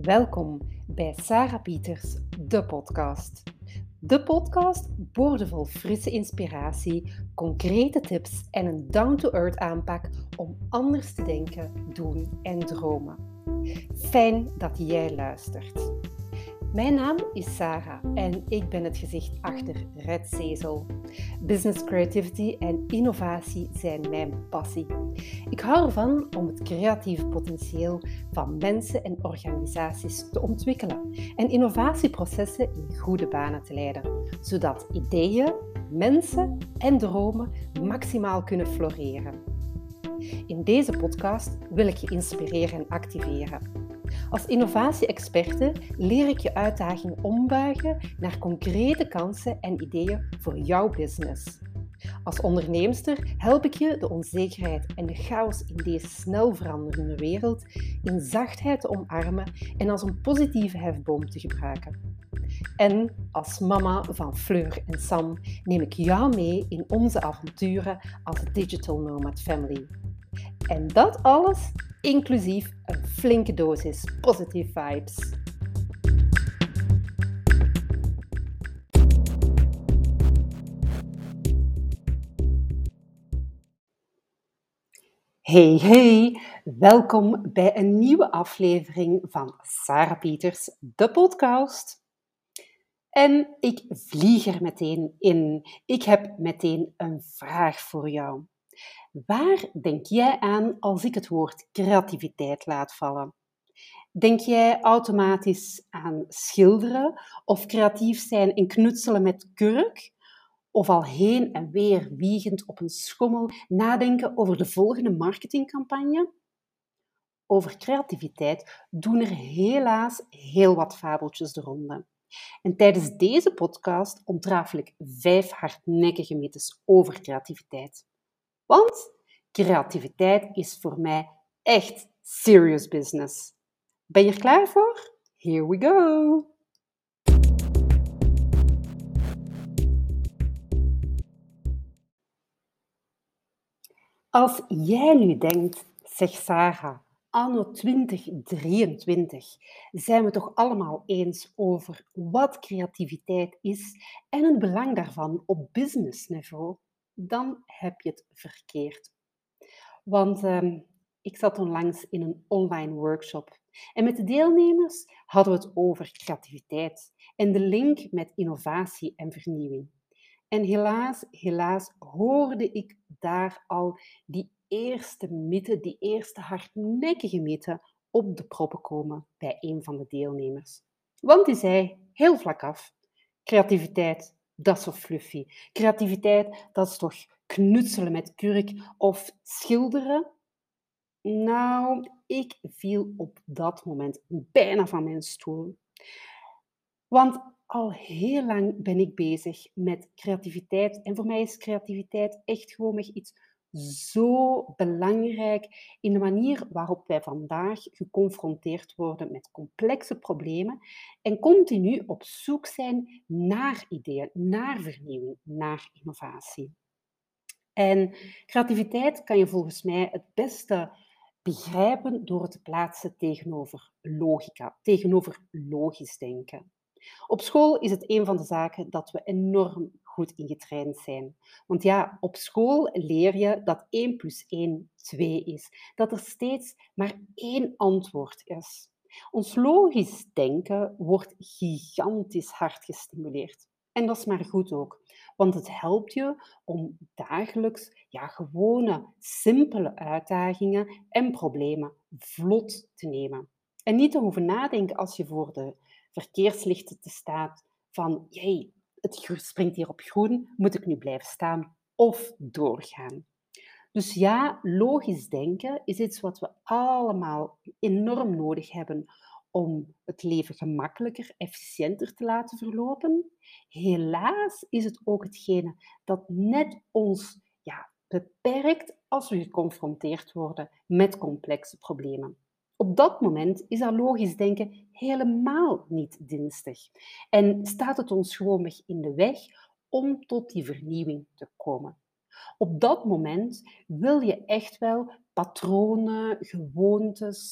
Welkom bij Sarah Pieters, de podcast. De podcast boordevol frisse inspiratie, concrete tips en een down-to-earth aanpak om anders te denken, doen en dromen. Fijn dat jij luistert. Mijn naam is Sarah en ik ben het gezicht achter Red Zezel. Business creativity en innovatie zijn mijn passie. Ik hou ervan om het creatieve potentieel van mensen en organisaties te ontwikkelen en innovatieprocessen in goede banen te leiden, zodat ideeën, mensen en dromen maximaal kunnen floreren. In deze podcast wil ik je inspireren en activeren. Als innovatie-experte leer ik je uitdagingen ombuigen naar concrete kansen en ideeën voor jouw business. Als onderneemster help ik je de onzekerheid en de chaos in deze snel veranderende wereld in zachtheid te omarmen en als een positieve hefboom te gebruiken. En als mama van Fleur en Sam neem ik jou mee in onze avonturen als Digital Nomad Family. En dat alles inclusief een flinke dosis positive vibes. Hey, welkom bij een nieuwe aflevering van Sarah Pieters, de podcast. En ik vlieg er meteen in. Ik heb meteen een vraag voor jou. Waar denk jij aan als ik het woord creativiteit laat vallen? Denk jij automatisch aan schilderen of creatief zijn en knutselen met kurk? Of al heen en weer wiegend op een schommel nadenken over de volgende marketingcampagne? Over creativiteit doen er helaas heel wat fabeltjes de ronde. En tijdens deze podcast ontrafel ik 5 hardnekkige mythes over creativiteit. Want creativiteit is voor mij echt serious business. Ben je er klaar voor? Here we go! Als jij nu denkt, zeg Sarah, anno 2023 zijn we toch allemaal eens over wat creativiteit is en het belang daarvan op businessniveau, dan heb je het verkeerd. Want ik zat onlangs in een online workshop en met de deelnemers hadden we het over creativiteit en de link met innovatie en vernieuwing. En helaas hoorde ik daar al die eerste mythe, die eerste hardnekkige mythe op de proppen komen bij een van de deelnemers. Want die zei heel vlak af, creativiteit, dat is zo fluffy. Creativiteit, dat is toch knutselen met kurk of schilderen? Nou, ik viel op dat moment bijna van mijn stoel. Want al heel lang ben ik bezig met creativiteit. En voor mij is creativiteit echt gewoon iets zo belangrijk in de manier waarop wij vandaag geconfronteerd worden met complexe problemen en continu op zoek zijn naar ideeën, naar vernieuwing, naar innovatie. En creativiteit kan je volgens mij het beste begrijpen door het te plaatsen tegenover logica, tegenover logisch denken. Op school is het een van de zaken dat we enorm goed in getraind zijn. Want ja, op school leer je dat 1 plus 1 2 is. Dat er steeds maar één antwoord is. Ons logisch denken wordt gigantisch hard gestimuleerd. En dat is maar goed ook, want het helpt je om dagelijks gewone, simpele uitdagingen en problemen vlot te nemen. En niet te hoeven nadenken als je voor de verkeerslichten te staat van jee, het springt hier op groen, moet ik nu blijven staan of doorgaan? Dus ja, logisch denken is iets wat we allemaal enorm nodig hebben om het leven gemakkelijker, efficiënter te laten verlopen. Helaas is het ook hetgene dat net ons beperkt als we geconfronteerd worden met complexe problemen. Op dat moment is dat logisch denken helemaal niet dienstig en staat het ons gewoonweg in de weg om tot die vernieuwing te komen. Op dat moment wil je echt wel patronen, gewoontes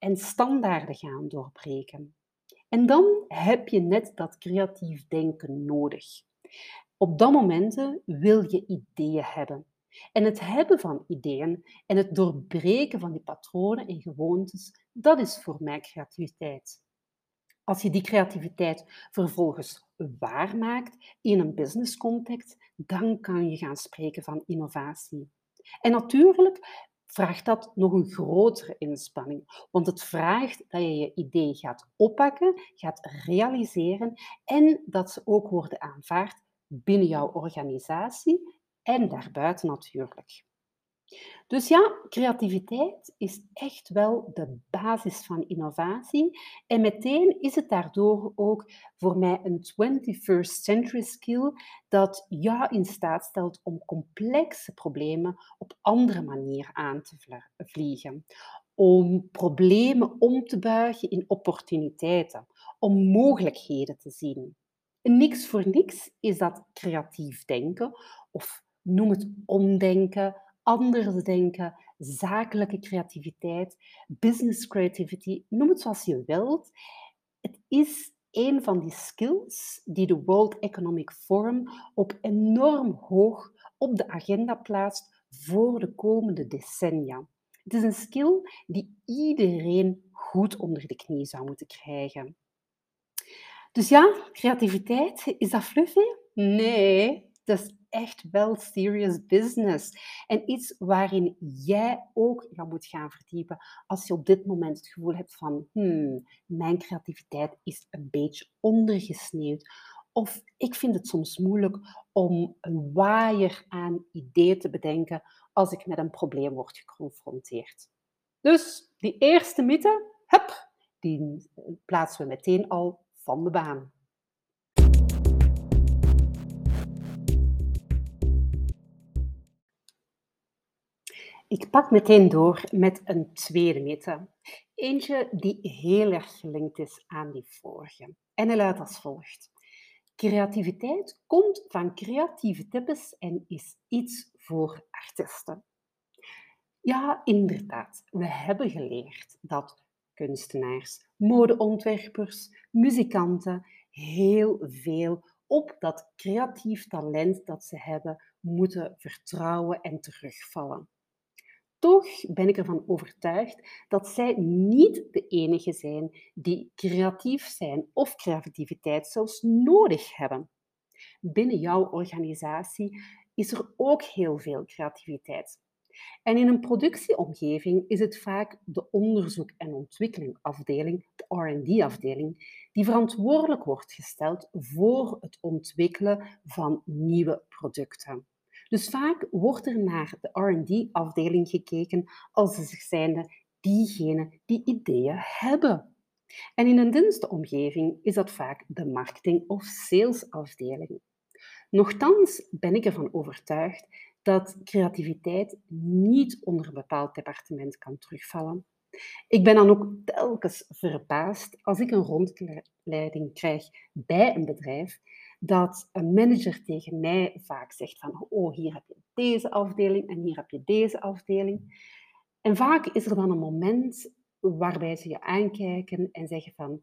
en standaarden gaan doorbreken. En dan heb je net dat creatief denken nodig. Op dat momenten wil je ideeën hebben. En het hebben van ideeën en het doorbreken van die patronen en gewoontes, dat is voor mij creativiteit. Als je die creativiteit vervolgens waarmaakt in een businesscontext, dan kan je gaan spreken van innovatie. En natuurlijk vraagt dat nog een grotere inspanning, want het vraagt dat je je idee gaat oppakken, gaat realiseren en dat ze ook worden aanvaard binnen jouw organisatie en daarbuiten natuurlijk. Dus ja, creativiteit is echt wel de basis van innovatie. En meteen is het daardoor ook voor mij een 21st century skill dat jou in staat stelt om complexe problemen op andere manier aan te vliegen. Om problemen om te buigen in opportuniteiten. Om mogelijkheden te zien. En niks voor niks is dat creatief denken of noem het omdenken, anders denken, zakelijke creativiteit, business creativity, noem het zoals je wilt. Het is een van die skills die de World Economic Forum ook enorm hoog op de agenda plaatst voor de komende decennia. Het is een skill die iedereen goed onder de knie zou moeten krijgen. Dus ja, creativiteit, is dat fluffy? Nee, dat is echt wel serious business. En iets waarin jij ook je moet gaan verdiepen als je op dit moment het gevoel hebt van mijn creativiteit is een beetje ondergesneeuwd. Of ik vind het soms moeilijk om een waaier aan ideeën te bedenken als ik met een probleem word geconfronteerd. Dus die eerste mythe, hup, die plaatsen we meteen al van de baan. Ik pak meteen door met een tweede mythe. Eentje die heel erg gelinkt is aan die vorige. En hij luidt als volgt. Creativiteit komt van creatieve types en is iets voor artiesten. Ja, inderdaad. We hebben geleerd dat kunstenaars, modeontwerpers, muzikanten heel veel op dat creatief talent dat ze hebben moeten vertrouwen en terugvallen. Toch ben ik ervan overtuigd dat zij niet de enige zijn die creatief zijn of creativiteit zelfs nodig hebben. Binnen jouw organisatie is er ook heel veel creativiteit. En in een productieomgeving is het vaak de onderzoek- en ontwikkelingafdeling, de R&D-afdeling, die verantwoordelijk wordt gesteld voor het ontwikkelen van nieuwe producten. Dus vaak wordt er naar de R&D-afdeling gekeken als de zijnde diegene die ideeën hebben. En in een dienstomgeving is dat vaak de marketing- of salesafdeling. Nochtans ben ik ervan overtuigd dat creativiteit niet onder een bepaald departement kan terugvallen. Ik ben dan ook telkens verbaasd als ik een rondleiding krijg bij een bedrijf, dat een manager tegen mij vaak zegt van, oh, hier heb je deze afdeling en hier heb je deze afdeling. En vaak is er dan een moment waarbij ze je aankijken en zeggen van,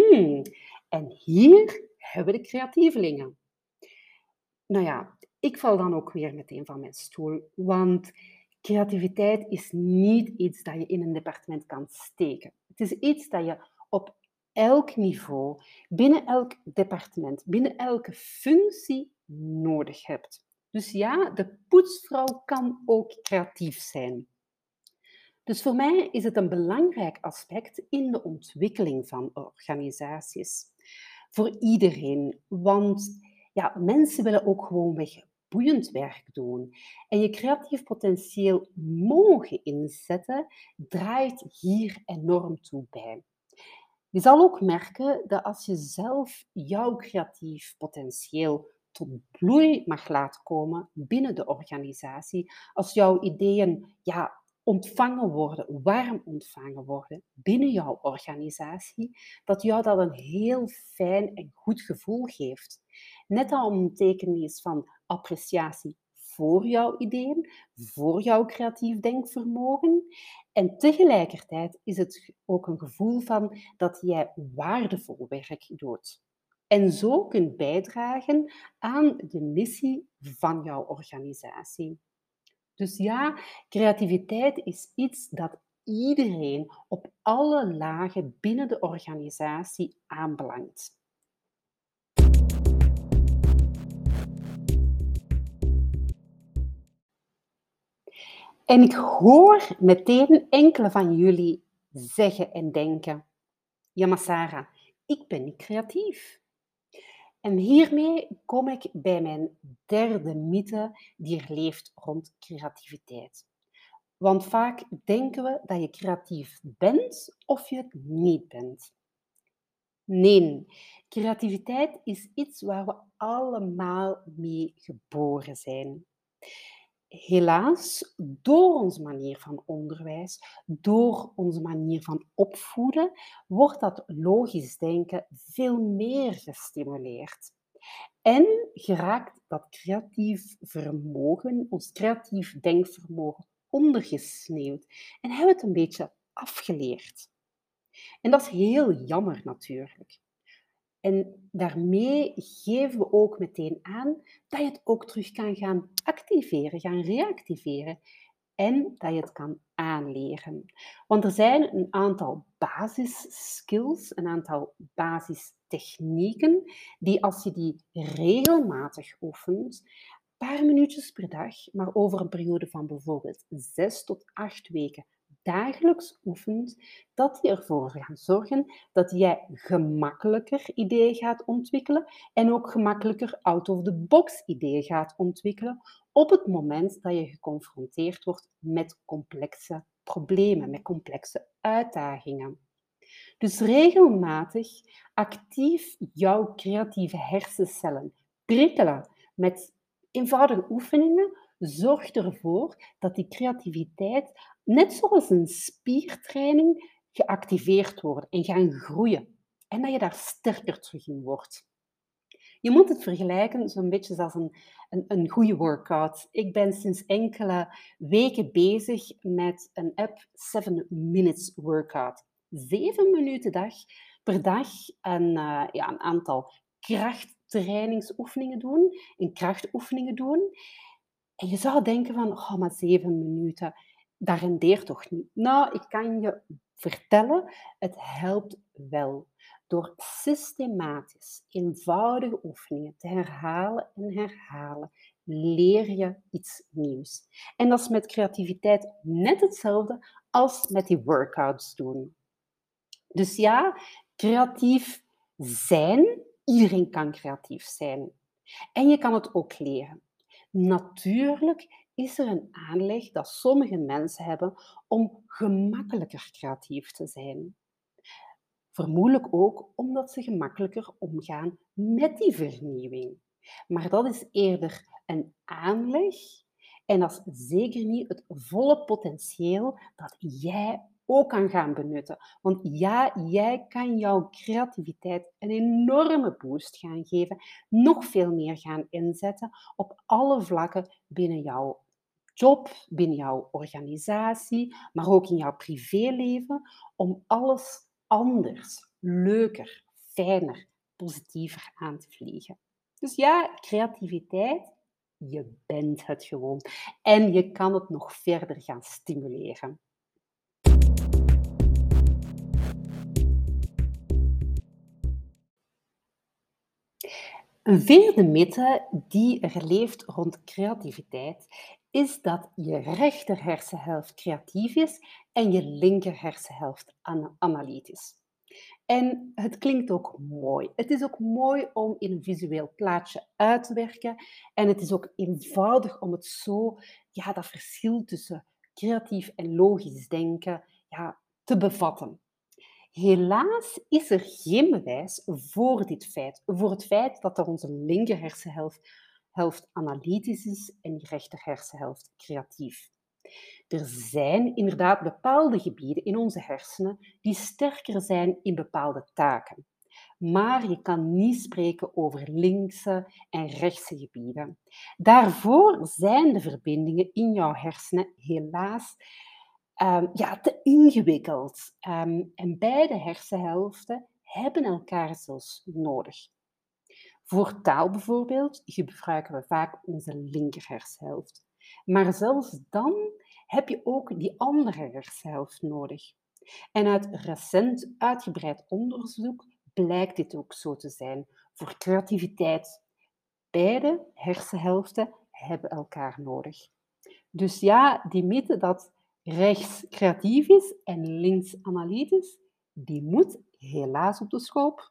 en hier hebben we de creatievelingen. Nou ja, ik val dan ook weer meteen van mijn stoel, want creativiteit is niet iets dat je in een departement kan steken. Het is iets dat je op elk niveau, binnen elk departement, binnen elke functie nodig hebt. Dus ja, de poetsvrouw kan ook creatief zijn. Dus voor mij is het een belangrijk aspect in de ontwikkeling van organisaties. Voor iedereen, want ja, mensen willen ook gewoonweg boeiend werk doen. En je creatief potentieel mogen inzetten, draait hier enorm toe bij. Je zal ook merken dat als je zelf jouw creatief potentieel tot bloei mag laten komen binnen de organisatie, als jouw ideeën ontvangen worden, warm ontvangen worden binnen jouw organisatie, dat jou dat een heel fijn en goed gevoel geeft. Net al een teken is van appreciatie voor jouw ideeën, voor jouw creatief denkvermogen. En tegelijkertijd is het ook een gevoel van dat jij waardevol werk doet. En zo kunt bijdragen aan de missie van jouw organisatie. Dus ja, creativiteit is iets dat iedereen op alle lagen binnen de organisatie aanbelangt. En ik hoor meteen enkele van jullie zeggen en denken: ja, maar Sarah, ik ben niet creatief. En hiermee kom ik bij mijn derde mythe die er leeft rond creativiteit. Want vaak denken we dat je creatief bent of je het niet bent. Nee, creativiteit is iets waar we allemaal mee geboren zijn. Helaas, door onze manier van onderwijs, door onze manier van opvoeden, wordt dat logisch denken veel meer gestimuleerd. En geraakt dat creatief vermogen, ons creatief denkvermogen, ondergesneeuwd. En hebben we het een beetje afgeleerd. En dat is heel jammer natuurlijk. En daarmee geven we ook meteen aan dat je het ook terug kan gaan activeren, gaan reactiveren. En dat je het kan aanleren. Want er zijn een aantal basisskills, een aantal basistechnieken, die als je die regelmatig oefent, een paar minuutjes per dag, maar over een periode van bijvoorbeeld 6 tot 8 weken dagelijks oefent, dat die ervoor gaan zorgen dat jij gemakkelijker ideeën gaat ontwikkelen en ook gemakkelijker out-of-the-box ideeën gaat ontwikkelen op het moment dat je geconfronteerd wordt met complexe problemen, met complexe uitdagingen. Dus regelmatig actief jouw creatieve hersencellen prikkelen met eenvoudige oefeningen zorgt ervoor dat die creativiteit, net zoals een spiertraining, geactiveerd wordt en gaan groeien. En dat je daar sterker terug in wordt. Je moet het vergelijken zo'n beetje als een goede workout. Ik ben sinds enkele weken bezig met een app 7 Minutes Workout. 7 minuten per dag een aantal krachttrainingsoefeningen doen en krachtoefeningen doen. En je zou denken van, oh, maar 7 minuten, dat rendeert toch niet? Nou, ik kan je vertellen, het helpt wel. Door systematisch eenvoudige oefeningen te herhalen en herhalen, leer je iets nieuws. En dat is met creativiteit net hetzelfde als met die workouts doen. Dus ja, creatief zijn, iedereen kan creatief zijn. En je kan het ook leren. Natuurlijk is er een aanleg dat sommige mensen hebben om gemakkelijker creatief te zijn. Vermoedelijk ook omdat ze gemakkelijker omgaan met die vernieuwing. Maar dat is eerder een aanleg en dat is zeker niet het volle potentieel dat jij ook kan gaan benutten. Want ja, jij kan jouw creativiteit een enorme boost gaan geven, nog veel meer gaan inzetten op alle vlakken binnen jouw job, binnen jouw organisatie, maar ook in jouw privéleven, om alles anders, leuker, fijner, positiever aan te vliegen. Dus ja, creativiteit, je bent het gewoon. En je kan het nog verder gaan stimuleren. Een vierde mythe die er leeft rond creativiteit is dat je rechter hersenhelft creatief is en je linker hersenhelft analytisch. En het klinkt ook mooi. Het is ook mooi om in een visueel plaatje uit te werken. En het is ook eenvoudig om het zo, ja, dat verschil tussen creatief en logisch denken, ja, te bevatten. Helaas is er geen bewijs voor dit feit, voor het feit dat er onze linker hersenhelft analytisch is en die rechter hersenhelft creatief. Er zijn inderdaad bepaalde gebieden in onze hersenen die sterker zijn in bepaalde taken. Maar je kan niet spreken over linkse en rechtse gebieden. Daarvoor zijn de verbindingen in jouw hersenen helaas ja, te ingewikkeld. En beide hersenhelften hebben elkaar zelfs nodig. Voor taal bijvoorbeeld gebruiken we vaak onze linker hersenhelft. Maar zelfs dan heb je ook die andere hersenhelft nodig. En uit recent uitgebreid onderzoek blijkt dit ook zo te zijn voor creativiteit. Beide hersenhelften hebben elkaar nodig. Dus ja, die mythe dat rechts creatief is en links analytisch, die moet helaas op de schop.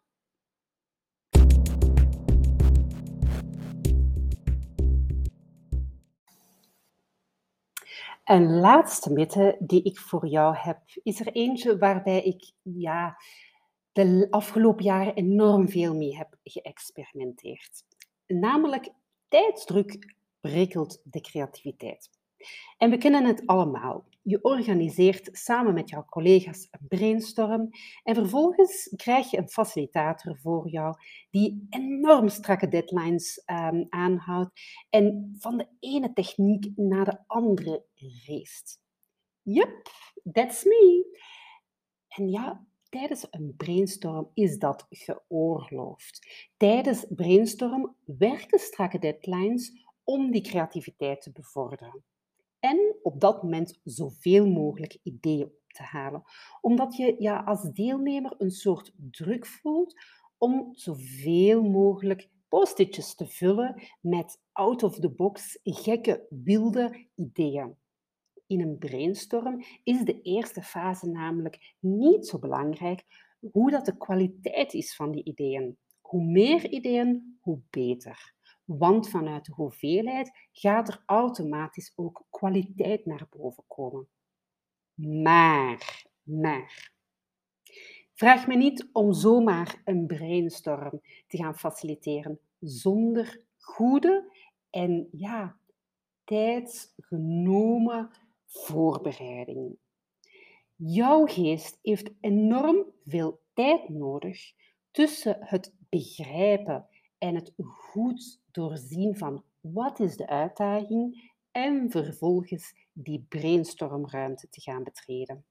Een laatste mythe die ik voor jou heb, is er eentje waarbij ik de afgelopen jaren enorm veel mee heb geëxperimenteerd. Namelijk, tijdsdruk prikkelt de creativiteit. En we kennen het allemaal. Je organiseert samen met jouw collega's een brainstorm en vervolgens krijg je een facilitator voor jou die enorm strakke deadlines aanhoudt en van de ene techniek naar de andere race. Yep, that's me. En ja, tijdens een brainstorm is dat geoorloofd. Tijdens brainstorm werken strakke deadlines om die creativiteit te bevorderen. En op dat moment zoveel mogelijk ideeën op te halen. Omdat je als deelnemer een soort druk voelt om zoveel mogelijk post-itjes te vullen met out-of-the-box, gekke, wilde ideeën. In een brainstorm is de eerste fase namelijk niet zo belangrijk hoe dat de kwaliteit is van die ideeën. Hoe meer ideeën, hoe beter. Want vanuit de hoeveelheid gaat er automatisch ook kwaliteit naar boven komen. Maar, vraag me niet om zomaar een brainstorm te gaan faciliteren zonder goede en tijdsgenomen voorbereiding. Jouw geest heeft enorm veel tijd nodig tussen het begrijpen en het goed doorzien van wat is de uitdaging en vervolgens die brainstormruimte te gaan betreden.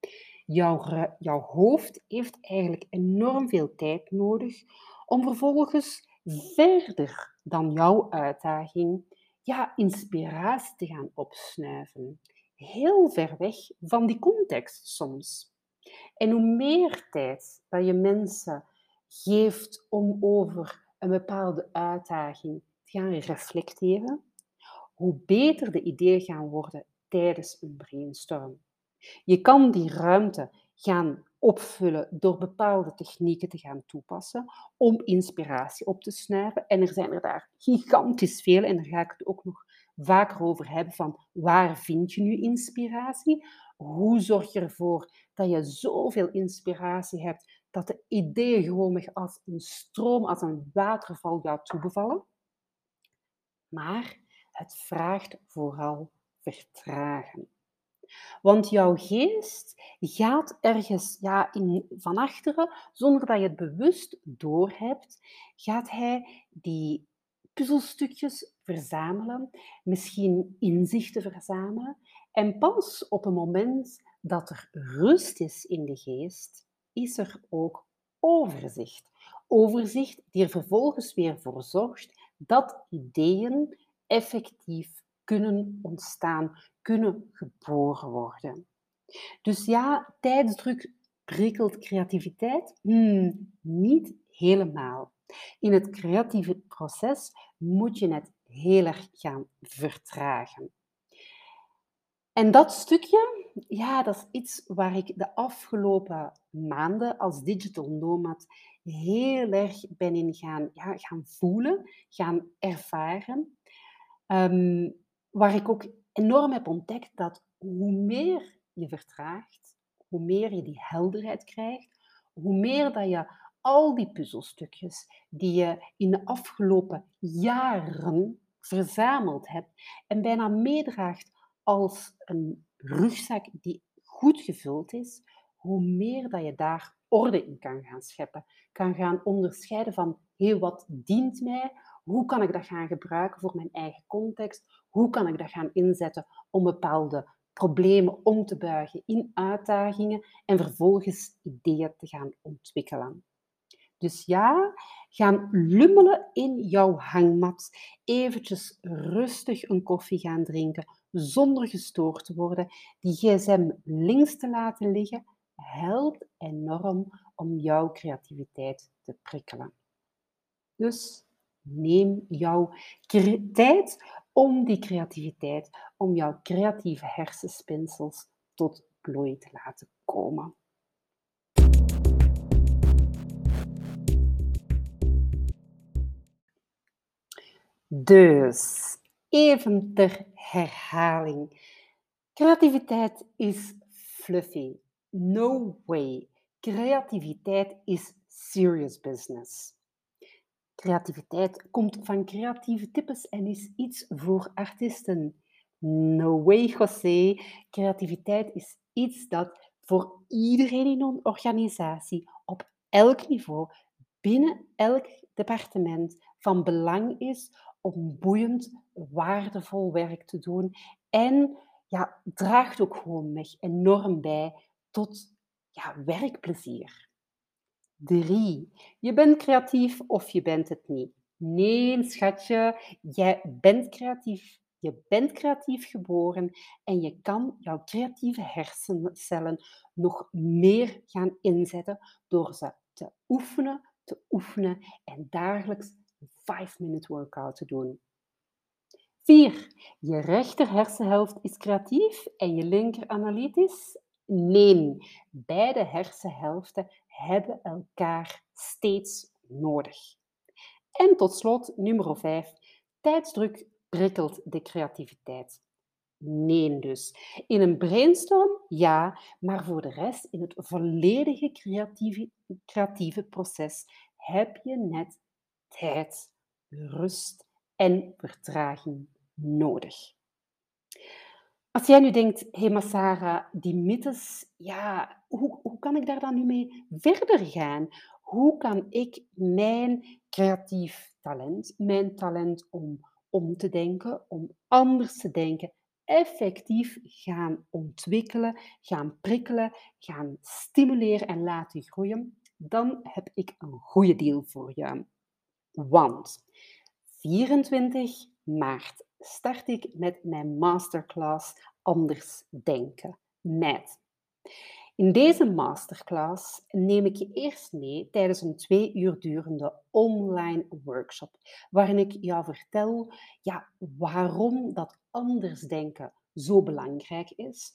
Jouw hoofd heeft eigenlijk enorm veel tijd nodig om vervolgens verder dan jouw uitdaging inspiratie te gaan opsnuiven. Heel ver weg van die context soms. En hoe meer tijd dat je mensen geeft om over een bepaalde uitdaging te gaan reflecteren, hoe beter de ideeën gaan worden tijdens een brainstorm. Je kan die ruimte gaan opvullen door bepaalde technieken te gaan toepassen om inspiratie op te snuiven. En er zijn er daar gigantisch veel en daar ga ik het ook nog vaker over hebben van waar vind je nu inspiratie? Hoe zorg je ervoor dat je zoveel inspiratie hebt dat de ideeën gewoon als een stroom, als een waterval jou toebevallen? Maar het vraagt vooral vertragen. Want jouw geest gaat ergens van achteren, zonder dat je het bewust doorhebt, gaat hij die puzzelstukjes verzamelen, misschien inzichten verzamelen. En pas op een moment dat er rust is in de geest, is er ook overzicht. Overzicht die er vervolgens weer voor zorgt dat ideeën effectief kunnen ontstaan, kunnen geboren worden. Dus ja, tijdsdruk prikkelt creativiteit? Niet helemaal. In het creatieve proces moet je het heel erg gaan vertragen. En dat stukje, dat is iets waar ik de afgelopen maanden als digital nomad heel erg ben in gaan voelen, gaan ervaren. Waar ik ook enorm heb ontdekt dat hoe meer je vertraagt, hoe meer je die helderheid krijgt, hoe meer dat je al die puzzelstukjes die je in de afgelopen jaren verzameld hebt en bijna meedraagt als een rugzak die goed gevuld is, hoe meer dat je daar orde in kan gaan scheppen. Kan gaan onderscheiden van, hé, wat dient mij? Hoe kan ik dat gaan gebruiken voor mijn eigen context? Hoe kan ik dat gaan inzetten om bepaalde problemen om te buigen in uitdagingen en vervolgens ideeën te gaan ontwikkelen? Dus ja, gaan lummelen in jouw hangmat, eventjes rustig een koffie gaan drinken, zonder gestoord te worden, die gsm links te laten liggen, helpt enorm om jouw creativiteit te prikkelen. Dus neem jouw tijd om die creativiteit, om jouw creatieve hersenspinsels tot bloei te laten komen. Dus, even ter herhaling. Creativiteit is fluffy. No way. Creativiteit is serious business. Creativiteit komt van creatieve types en is iets voor artiesten. No way, José. Creativiteit is iets dat voor iedereen in een organisatie, op elk niveau, binnen elk departement van belang is om boeiend, waardevol werk te doen. En ja, draagt ook gewoon enorm bij tot werkplezier. 3. Je bent creatief of je bent het niet. Nee, schatje, jij bent creatief. Je bent creatief geboren en je kan jouw creatieve hersencellen nog meer gaan inzetten door ze te oefenen en dagelijks een 5-minute workout te doen. 4. Je rechter hersenhelft is creatief en je linker analytisch? Nee, beide hersenhelften hebben elkaar steeds nodig. En tot slot, nummer 5. Tijdsdruk prikkelt de creativiteit. Nee dus. In een brainstorm, ja, maar voor de rest, in het volledige creatieve proces, heb je net tijd, rust en vertraging nodig. Als jij nu denkt, hé maar Sarah, die mythes, ja, hoe kan ik daar dan nu mee verder gaan? Hoe kan ik mijn creatief talent, mijn talent om te denken, om anders te denken, effectief gaan ontwikkelen, gaan prikkelen, gaan stimuleren en laten groeien? Dan heb ik een goede deal voor je. Want 24 maart start ik met mijn masterclass Anders Denken. In deze masterclass neem ik je eerst mee tijdens een 2 uur durende online workshop, waarin ik jou vertel waarom dat anders denken zo belangrijk is,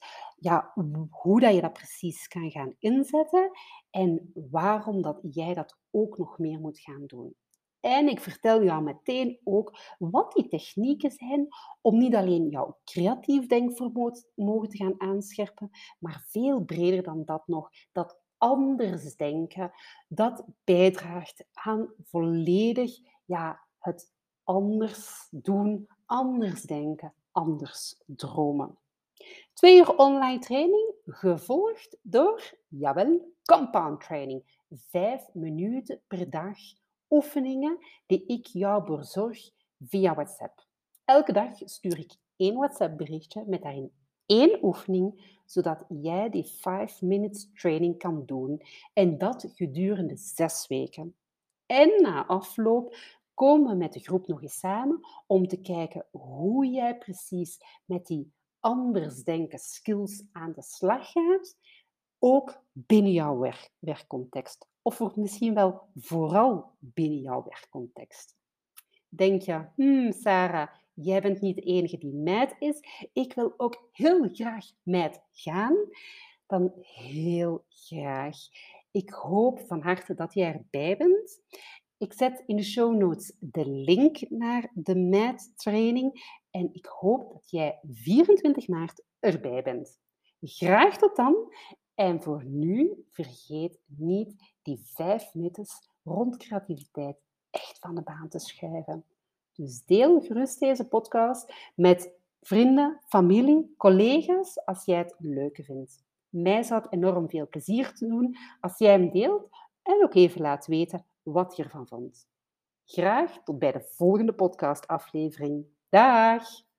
hoe dat je dat precies kan gaan inzetten en waarom dat jij dat ook nog meer moet gaan doen. En ik vertel jou meteen ook wat die technieken zijn om niet alleen jouw creatief denkvermogen te gaan aanscherpen, maar veel breder dan dat nog, dat anders denken, dat bijdraagt aan volledig het anders doen, anders denken, anders dromen. 2 uur online training, gevolgd door, compound training. 5 minuten per dag oefeningen die ik jou bezorg via WhatsApp. Elke dag stuur ik 1 WhatsApp berichtje met daarin 1 oefening, zodat jij die 5 minutes training kan doen en dat gedurende 6 weken. En na afloop komen we met de groep nog eens samen om te kijken hoe jij precies met die anders denken skills aan de slag gaat, ook binnen jouw werkcontext. Of misschien wel vooral binnen jouw werkcontext. Denk je, Sarah, jij bent niet de enige die meid is. Ik wil ook heel graag meid gaan. Dan heel graag. Ik hoop van harte dat jij erbij bent. Ik zet in de show notes de link naar de meidtraining en ik hoop dat jij 24 maart erbij bent. Graag tot dan. En voor nu, vergeet niet die 5 mythes rond creativiteit echt van de baan te schuiven. Dus deel gerust deze podcast met vrienden, familie, collega's als jij het leuk vindt. Mij zou het enorm veel plezier te doen als jij hem deelt en ook even laat weten wat je ervan vond. Graag tot bij de volgende podcastaflevering. Dag!